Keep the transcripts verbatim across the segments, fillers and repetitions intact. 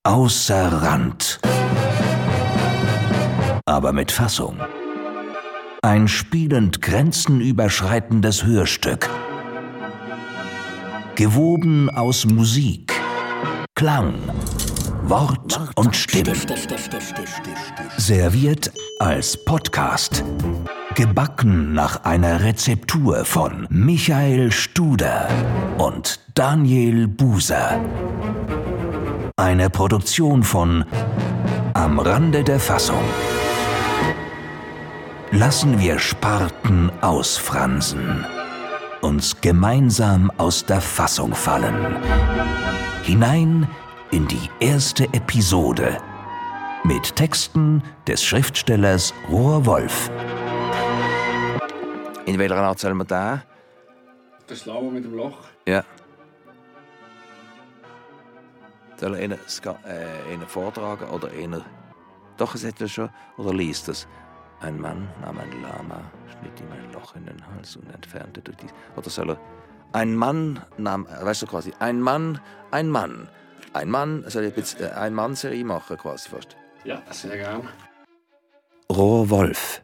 Außer Rand. Aber mit Fassung. Ein spielend grenzenüberschreitendes Hörstück. Gewoben aus Musik, Klang, Wort und Stimmen. Serviert als Podcast. Gebacken nach einer Rezeptur von Michael Studer und Daniel Buser. Eine Produktion von Am Rande der Fassung. Lassen wir Sparten ausfransen, uns gemeinsam aus der Fassung fallen. Hinein in die erste Episode mit Texten des Schriftstellers Roar Wolf. In welcher Art soll man da? Das Lama mit dem Loch. Ja. Soll er einen, äh, einen vortragen oder einer? Doch, es hat er schon. Oder liest es? Ein Mann nahm ein Lama, schnitt ihm ein Loch in den Hals und entfernte durch die... Oder soll er... Ein Mann nahm... Weißt du quasi, ein Mann, ein Mann. Ein Mann, soll ich jetzt äh, ein Mann-Serie machen quasi fast? Ja, sehr gern. Roar Wolf.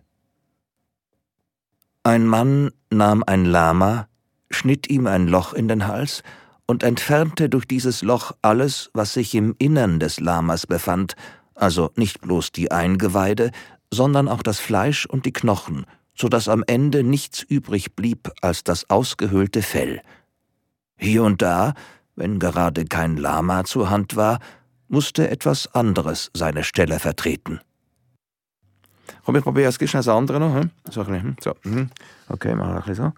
Ein Mann nahm ein Lama, schnitt ihm ein Loch in den Hals und entfernte durch dieses Loch alles, was sich im Innern des Lamas befand, also nicht bloß die Eingeweide, sondern auch das Fleisch und die Knochen, so dass am Ende nichts übrig blieb als das ausgehöhlte Fell. Hier und da, wenn gerade kein Lama zur Hand war, musste etwas anderes seine Stelle vertreten. Komm, ich probiere jetzt schnell das andere noch. Hm? So, ein bisschen, so. Hm. Okay, machen wir ein bisschen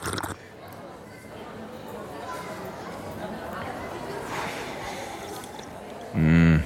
so. Mm.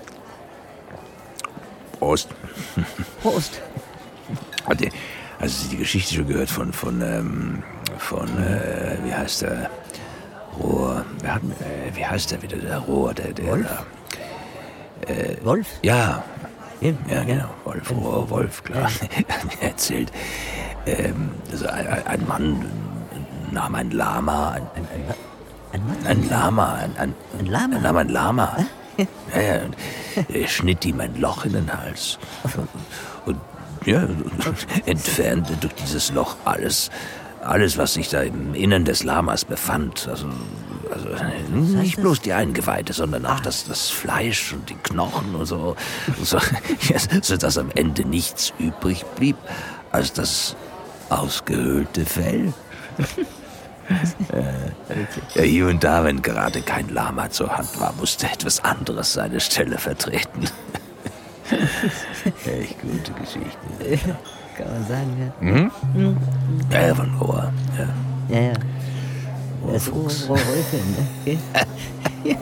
Prost. Prost. Hat ihr, hast du die Geschichte schon gehört von, von, ähm, von äh, wie heißt der? Roar. Wer hat, äh, wie heißt der wieder? Der Roar, der, der. Wolf? Äh, Wolf? Ja. Ja, Ja, genau. Wolf, Roar, Wolf, klar. Er erzählt, ähm, also ein, ein Mann nahm ein Lama, ein, Ein, ein, ein Mann? ein Lama, ein, ein, Ein Lama? Er nahm ein Lama. Ja, ja, und er schnitt ihm ein Loch in den Hals. Und, ja, und entfernte durch dieses Loch alles, alles, was sich da im Innern des Lamas befand. Also, also nicht bloß die Eingeweide, sondern auch das, das Fleisch und die Knochen und so, so, ja, sodass am Ende nichts übrig blieb als das ausgehöhlte Fell. Ja, hier und da, wenn gerade kein Lama zur Hand war, musste etwas anderes seine Stelle vertreten. Echt gute Geschichte. Ja, kann man sagen, ja. Mhm? Mhm. Ja, ja, von Roar. Ja, Ja, ja. Roar Das ist Fuchs. Roar Wolf, ne? Okay. Ja.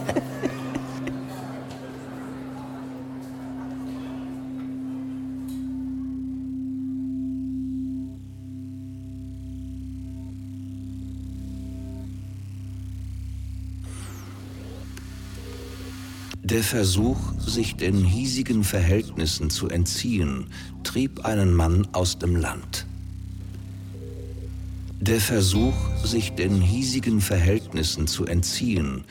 Der Versuch, sich den hiesigen Verhältnissen zu entziehen, trieb einen Mann aus dem Land. Der Versuch, sich den hiesigen Verhältnissen zu entziehen,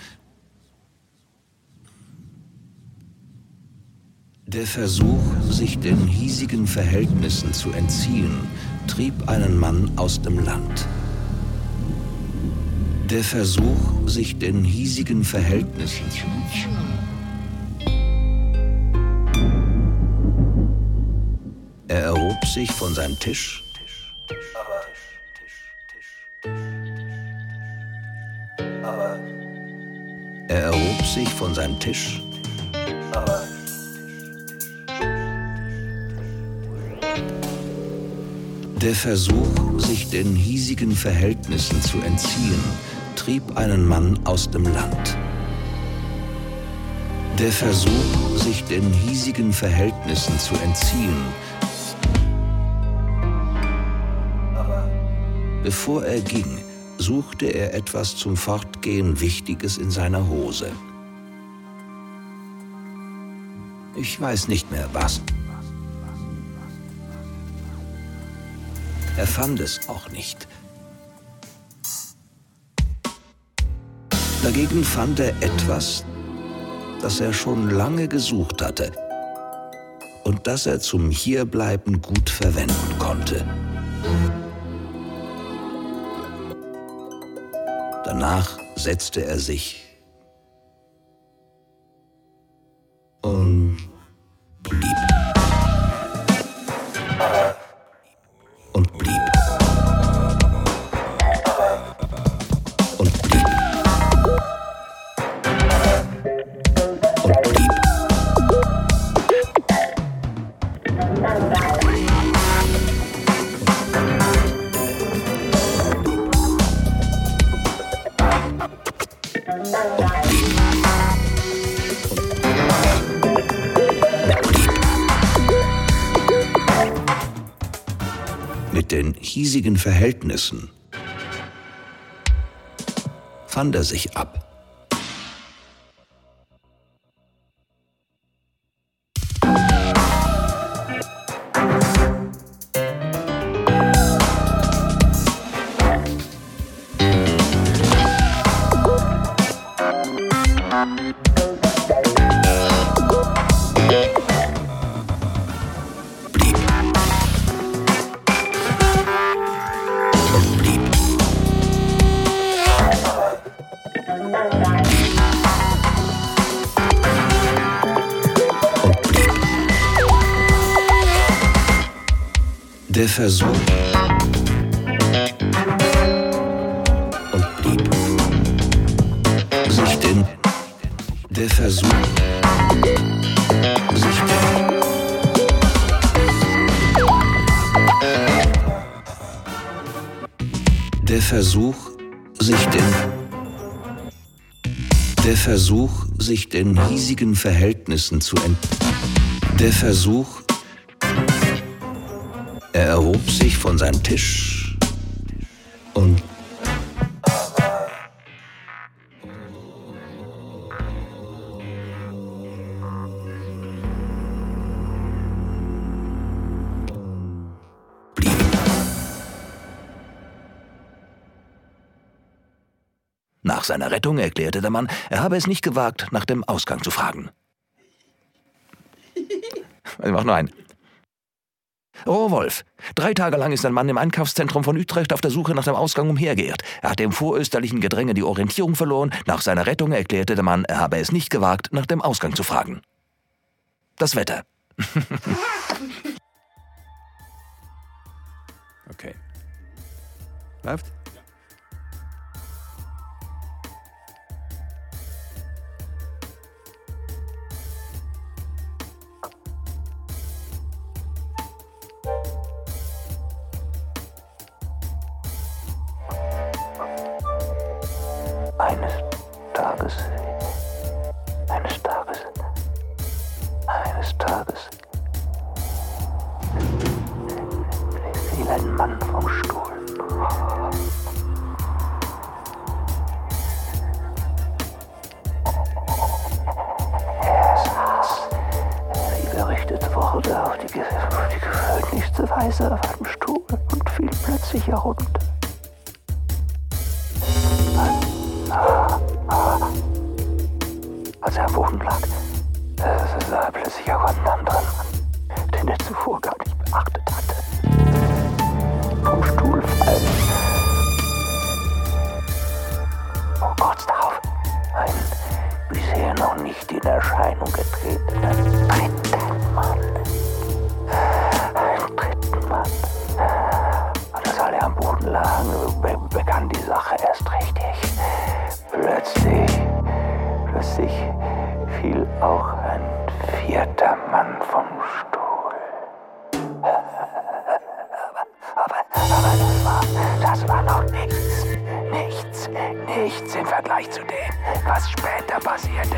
Der Versuch, sich den hiesigen Verhältnissen zu entziehen, trieb einen Mann aus dem Land. Der Versuch, sich den hiesigen Verhältnissen zu entziehen. Er erhob sich von seinem Tisch, aber er erhob sich von seinem Tisch, aber der Versuch, sich den hiesigen Verhältnissen zu entziehen, trieb einen Mann aus dem Land. Der Versuch, sich den hiesigen Verhältnissen zu entziehen, bevor er ging, suchte er etwas zum Fortgehen Wichtiges in seiner Hose. Ich weiß nicht mehr was. Er fand es auch nicht. Dagegen fand er etwas, das er schon lange gesucht hatte und das er zum Hierbleiben gut verwenden konnte. Danach setzte er sich und blieb. Und blieb. Und blieb. Und blieb. Mit den hiesigen Verhältnissen fand er sich ab. Der Versuch und blieb. Sich den, der Versuch, sich den, der Versuch, sich den, der Versuch, sich den hiesigen Verhältnissen zu ent, der Versuch, er erhob sich von seinem Tisch und blieb. Nach seiner Rettung erklärte der Mann, er habe es nicht gewagt, nach dem Ausgang zu fragen. Ich mach nur einen. Oh, Wolf. Drei Tage lang ist ein Mann im Einkaufszentrum von Utrecht auf der Suche nach dem Ausgang umhergeirrt. Er hatte im vorösterlichen Gedränge die Orientierung verloren. Nach seiner Rettung erklärte der Mann, er habe es nicht gewagt, nach dem Ausgang zu fragen. Das Wetter. Okay. Läuft? Eines Tages, eines Tages, eines Tages fiel ein Mann vom Stuhl. Er saß, wie berichtet wurde, auf die, auf die gewöhnlichste Weise auf einem Stuhl und fiel plötzlich herunter. Als er am Boden lag, sah er plötzlich auch einen anderen Mann, den er zuvor gar nicht beachtet hatte, vom Stuhl fallen. Und kurz darauf einen bisher noch nicht in Erscheinung getretenen dritten Mann. Einen dritten Mann. Und als alle am Boden lagen, be- begann die Sache erst richtig. Plötzlich, plötzlich fiel auch ein vierter Mann vom Stuhl. Aber, aber, aber das war, das war noch nichts, nichts, nichts im Vergleich zu dem, was später passierte.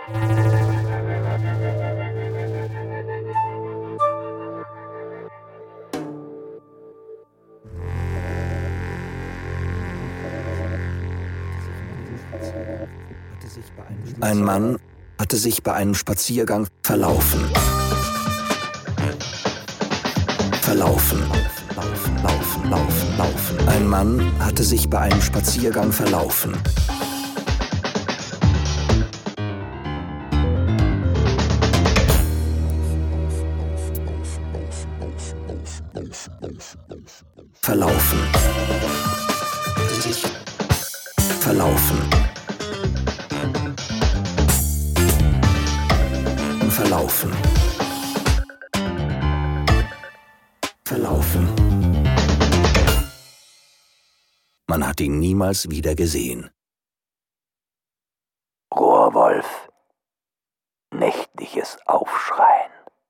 Ein Mann hatte sich bei einem Spaziergang verlaufen. Verlaufen. Laufen, laufen, laufen, laufen. Ein Mann hatte sich bei einem Spaziergang verlaufen. Verlaufen. Sich verlaufen. Verlaufen. Verlaufen. Man hat ihn niemals wieder gesehen. Rohrwolf. Nächtliches Aufschreien.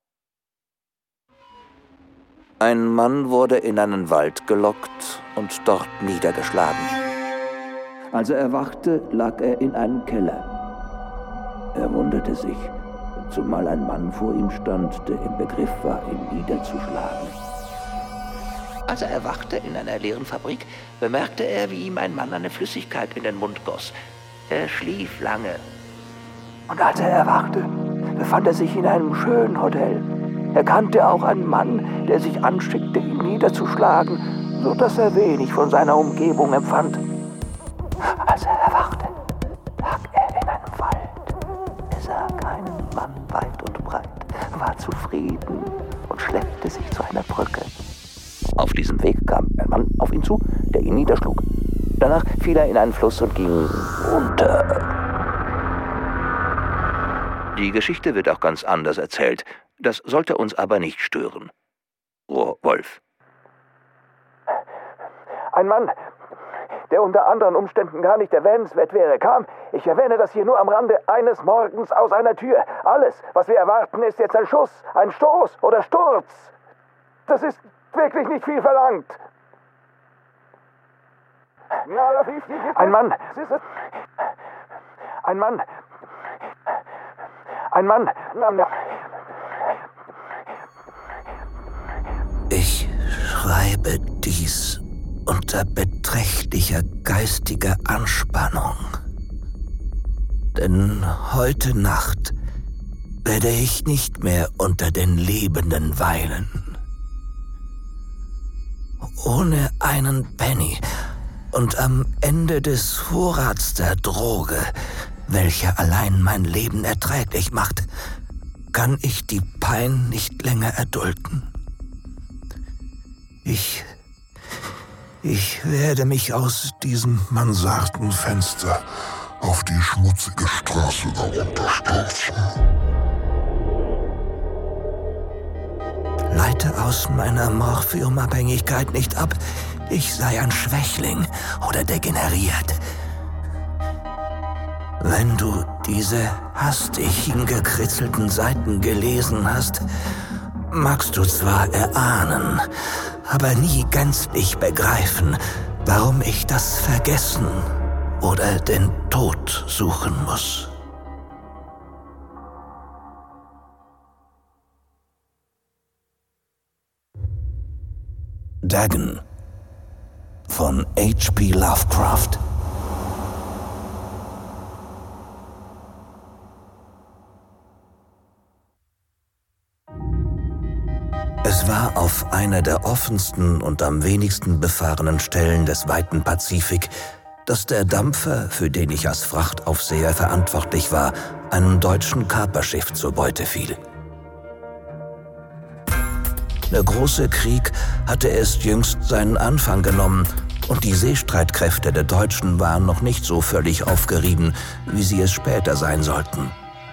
Ein Mann wurde in einen Wald gelockt und dort niedergeschlagen. Als er erwachte, lag er in einem Keller. Er wunderte sich, zumal ein Mann vor ihm stand, der im Begriff war, ihn niederzuschlagen. Als er erwachte in einer leeren Fabrik, bemerkte er, wie ihm ein Mann eine Flüssigkeit in den Mund goss. Er schlief lange. Und als er erwachte, befand er sich in einem schönen Hotel. Er kannte auch einen Mann, der sich anschickte, ihn niederzuschlagen, so dass er wenig von seiner Umgebung empfand. Als er erwachte, lag er in einem Wald. Er sah keinen Mann weit und breit, war zufrieden und schleppte sich zu einer Brücke. Auf diesem Weg kam ein Mann auf ihn zu, der ihn niederschlug. Danach fiel er in einen Fluss und ging unter. Die Geschichte wird auch ganz anders erzählt. Das sollte uns aber nicht stören. Rohrwolf. Ein Mann, der unter anderen Umständen gar nicht erwähnenswert wäre, kam, ich erwähne das hier nur am Rande, eines Morgens aus einer Tür. Alles, was wir erwarten, ist jetzt ein Schuss, ein Stoß oder Sturz. Das ist wirklich nicht viel verlangt. Ein Mann. Ein Mann. Ein Mann. Ich schreibe dies unter beträchtlicher geistiger Anspannung. Denn heute Nacht werde ich nicht mehr unter den Lebenden weilen. Ohne einen Penny und am Ende des Vorrats der Droge, welche allein mein Leben erträglich macht, kann ich die Pein nicht länger erdulden. Ich, ich werde mich aus diesem Mansardenfenster auf die schmutzige Straße darunter stürzen. Leite aus meiner Morphiumabhängigkeit nicht ab, ich sei ein Schwächling oder degeneriert. Wenn du diese hastig hingekritzelten Seiten gelesen hast, magst du zwar erahnen, aber nie gänzlich begreifen, warum ich das Vergessen oder den Tod suchen muss. Dagon von H P Lovecraft. Es war auf einer der offensten und am wenigsten befahrenen Stellen des weiten Pazifik, dass der Dampfer, für den ich als Frachtaufseher verantwortlich war, einem deutschen Kaperschiff zur Beute fiel. Der große Krieg hatte erst jüngst seinen Anfang genommen und die Seestreitkräfte der Deutschen waren noch nicht so völlig aufgerieben, wie sie es später sein sollten.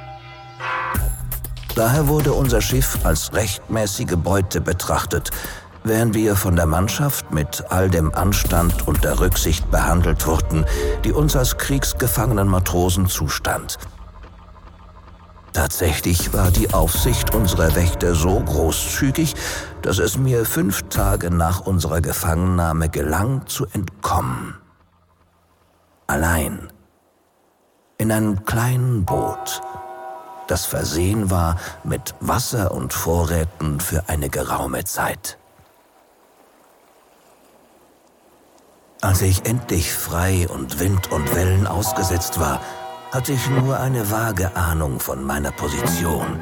Daher wurde unser Schiff als rechtmäßige Beute betrachtet, während wir von der Mannschaft mit all dem Anstand und der Rücksicht behandelt wurden, die uns als kriegsgefangenen Matrosen zustand. Tatsächlich war die Aufsicht unserer Wächter so großzügig, dass es mir fünf Tage nach unserer Gefangennahme gelang, zu entkommen. Allein. In einem kleinen Boot, das versehen war mit Wasser und Vorräten für eine geraume Zeit. Als ich endlich frei und Wind und Wellen ausgesetzt war, hatte ich nur eine vage Ahnung von meiner Position.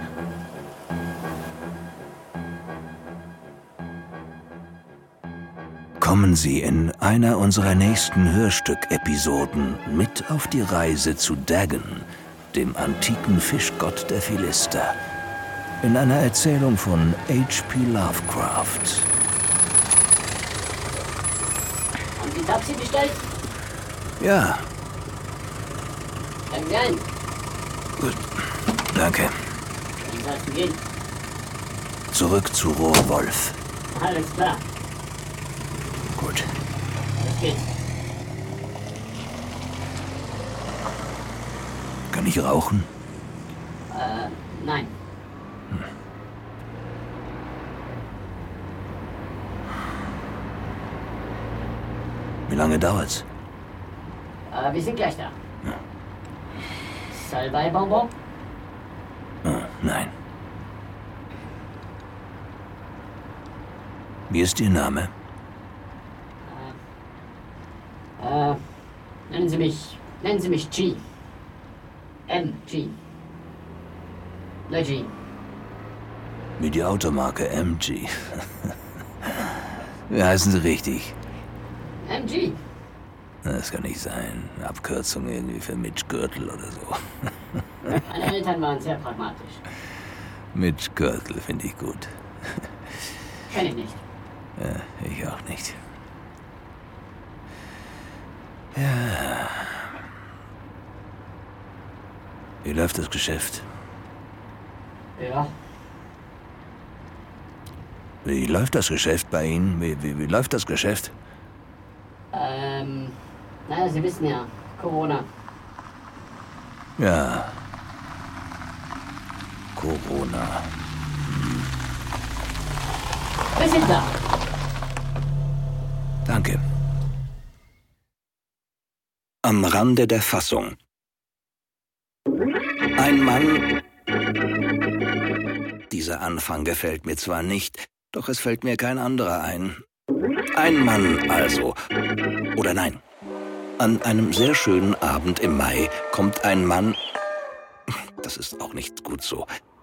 Kommen Sie in einer unserer nächsten Hörstück-Episoden mit auf die Reise zu Dagon, dem antiken Fischgott der Philister, in einer Erzählung von H P Lovecraft. Haben Sie Taxi bestellt? Ja, Steigen Sie ein. gut. Danke. Wie soll es gehen? Zurück zu Rohrwolf. Alles klar. Gut. Los geht's. Kann ich rauchen? Äh, nein. Wie lange dauert's? Äh, wir sind gleich da. Salbei-Bonbon? Oh, nein. Wie ist Ihr Name? Äh, nennen Sie mich, nennen Sie mich G. M G. Le G. Wie die Automarke M G. Wie heißen Sie richtig? M G. Das kann nicht sein. Eine Abkürzung irgendwie für Mitch Gürtel oder so. Meine Eltern waren sehr pragmatisch. Mitch Gürtel finde ich gut. Kenn ich nicht. Ja, ich auch nicht. Ja. Wie läuft das Geschäft? Ja. Wie läuft das Geschäft bei Ihnen? Wie, wie, wie läuft das Geschäft? Ähm, naja, Sie wissen ja, Corona. Ja. Corona. Wir sind da. Danke. Am Rande der Fassung. Ein Mann... Dieser Anfang gefällt mir zwar nicht, doch es fällt mir kein anderer ein. Ein Mann also. Oder nein. An einem sehr schönen Abend im Mai kommt ein Mann... Das ist auch nicht gut so.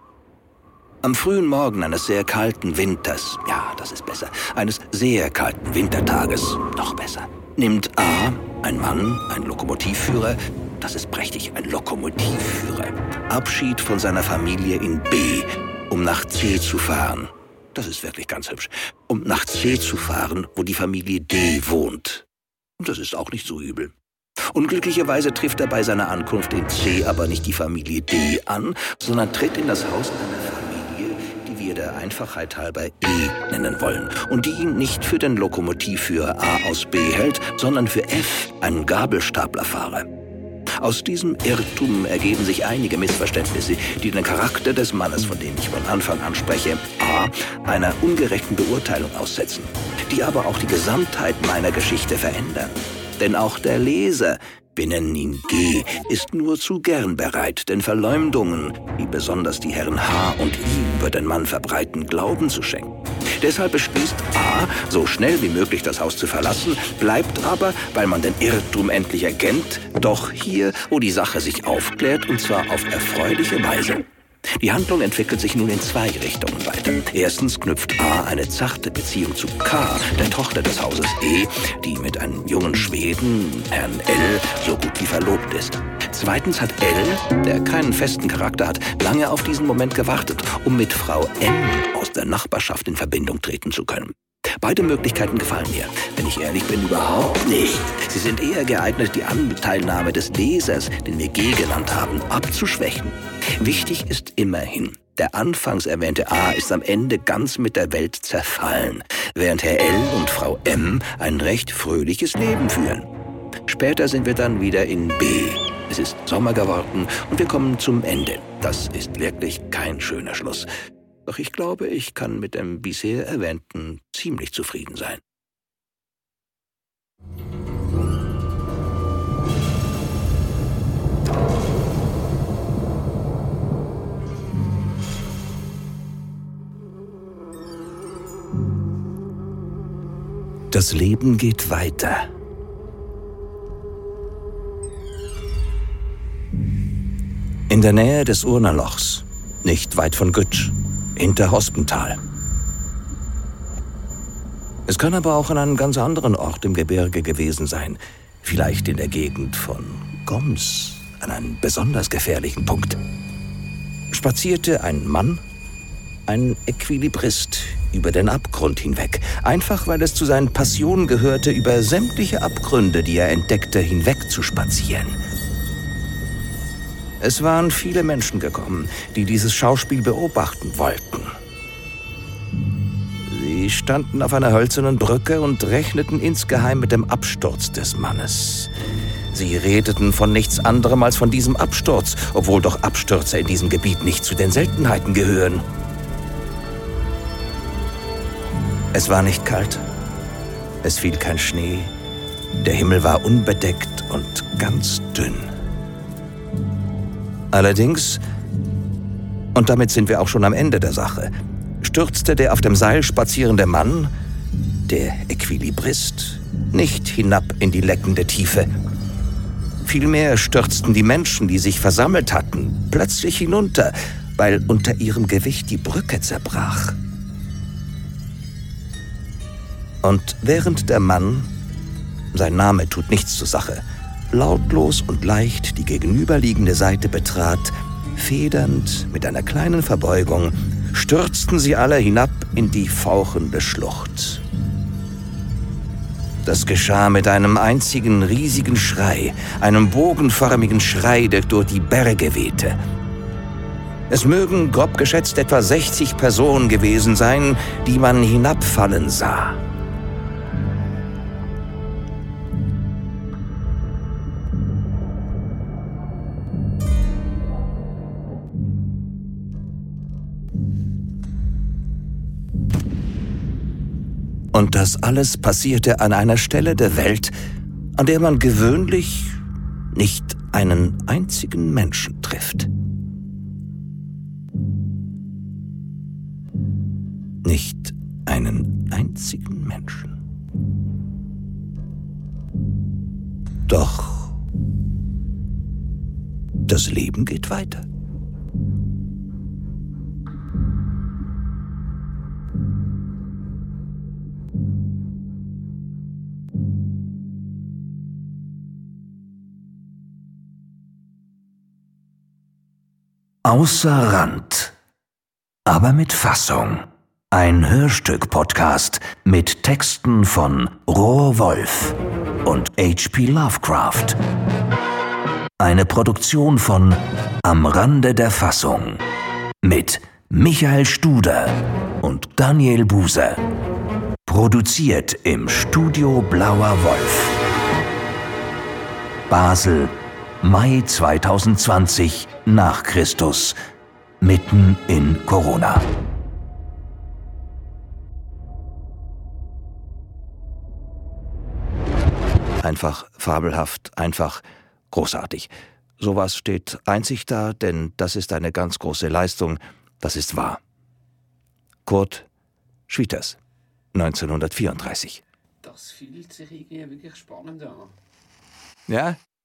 Am frühen Morgen eines sehr kalten Winters, ja, das ist besser, eines sehr kalten Wintertages, noch besser, nimmt A, ein Mann, ein Lokomotivführer, das ist prächtig, ein Lokomotivführer, Abschied von seiner Familie in B, um nach C zu fahren. Das ist wirklich ganz hübsch. Um nach C zu fahren, wo die Familie D wohnt. Und das ist auch nicht so übel. Unglücklicherweise trifft er bei seiner Ankunft in C aber nicht die Familie D an, sondern tritt in das Haus einer Familie, die wir der Einfachheit halber E nennen wollen und die ihn nicht für den Lokomotivführer A aus B hält, sondern für F, einen Gabelstaplerfahrer. Aus diesem Irrtum ergeben sich einige Missverständnisse, die den Charakter des Mannes, von dem ich von Anfang an spreche, A, einer ungerechten Beurteilung aussetzen, die aber auch die Gesamtheit meiner Geschichte verändern. Denn auch der Leser, wir nennen ihn G, ist nur zu gern bereit, den Verleumdungen, die besonders die Herren H und I über den Mann verbreiten, Glauben zu schenken. Deshalb beschließt A, so schnell wie möglich das Haus zu verlassen, bleibt aber, weil man den Irrtum endlich erkennt, doch hier, wo die Sache sich aufklärt, und zwar auf erfreuliche Weise. Die Handlung entwickelt sich nun in zwei Richtungen weiter. Erstens knüpft A eine zarte Beziehung zu K, der Tochter des Hauses E, die mit einem jungen Schweden, Herrn L, so gut wie verlobt ist. Zweitens hat L, der keinen festen Charakter hat, lange auf diesen Moment gewartet, um mit Frau M aus der Nachbarschaft in Verbindung treten zu können. Beide Möglichkeiten gefallen mir, wenn ich ehrlich bin, überhaupt nicht. Sie sind eher geeignet, die Anteilnahme des Lesers, den wir G genannt haben, abzuschwächen. Wichtig ist immerhin, der anfangs erwähnte A ist am Ende ganz mit der Welt zerfallen, während Herr L und Frau M ein recht fröhliches Leben führen. Später sind wir dann wieder in B. Es ist Sommer geworden und wir kommen zum Ende. Das ist wirklich kein schöner Schluss. Doch ich glaube, ich kann mit dem bisher Erwähnten ziemlich zufrieden sein. Das Leben geht weiter. In der Nähe des Urnerlochs, nicht weit von Gütsch, hinter Hospental. Es kann aber auch an einem ganz anderen Ort im Gebirge gewesen sein, vielleicht in der Gegend von Goms, an einem besonders gefährlichen Punkt. Spazierte ein Mann, ein Equilibrist, über den Abgrund hinweg, einfach weil es zu seinen Passionen gehörte, über sämtliche Abgründe, die er entdeckte, hinweg zu spazieren. Es waren viele Menschen gekommen, die dieses Schauspiel beobachten wollten. Sie standen auf einer hölzernen Brücke und rechneten insgeheim mit dem Absturz des Mannes. Sie redeten von nichts anderem als von diesem Absturz, obwohl doch Abstürze in diesem Gebiet nicht zu den Seltenheiten gehören. Es war nicht kalt, es fiel kein Schnee, der Himmel war unbedeckt und ganz dünn. Allerdings, und damit sind wir auch schon am Ende der Sache, stürzte der auf dem Seil spazierende Mann, der Equilibrist, nicht hinab in die leckende Tiefe. Vielmehr stürzten die Menschen, die sich versammelt hatten, plötzlich hinunter, weil unter ihrem Gewicht die Brücke zerbrach. Und während der Mann, sein Name tut nichts zur Sache, lautlos und leicht die gegenüberliegende Seite betrat, federnd mit einer kleinen Verbeugung, stürzten sie alle hinab in die fauchende Schlucht. Das geschah mit einem einzigen riesigen Schrei, einem bogenförmigen Schrei, der durch die Berge wehte. Es mögen grob geschätzt etwa sechzig Personen gewesen sein, die man hinabfallen sah. Und das alles passierte an einer Stelle der Welt, an der man gewöhnlich nicht einen einzigen Menschen trifft. Nicht einen einzigen Menschen. Doch das Leben geht weiter. Außer Rand, aber mit Fassung. Ein Hörstück-Podcast mit Texten von Roar Wolf und H P Lovecraft. Eine Produktion von Am Rande der Fassung mit Michael Studer und Daniel Buser. Produziert im Studio Blauer Wolf. Basel, Mai zweitausendzwanzig nach Christus, mitten in Corona. Einfach fabelhaft, einfach großartig. Sowas steht einzig da, denn das ist eine ganz große Leistung, das ist wahr. Kurt Schwitters, neunzehnhundertvierunddreißig. Das fühlt sich irgendwie wirklich spannend an. Ja?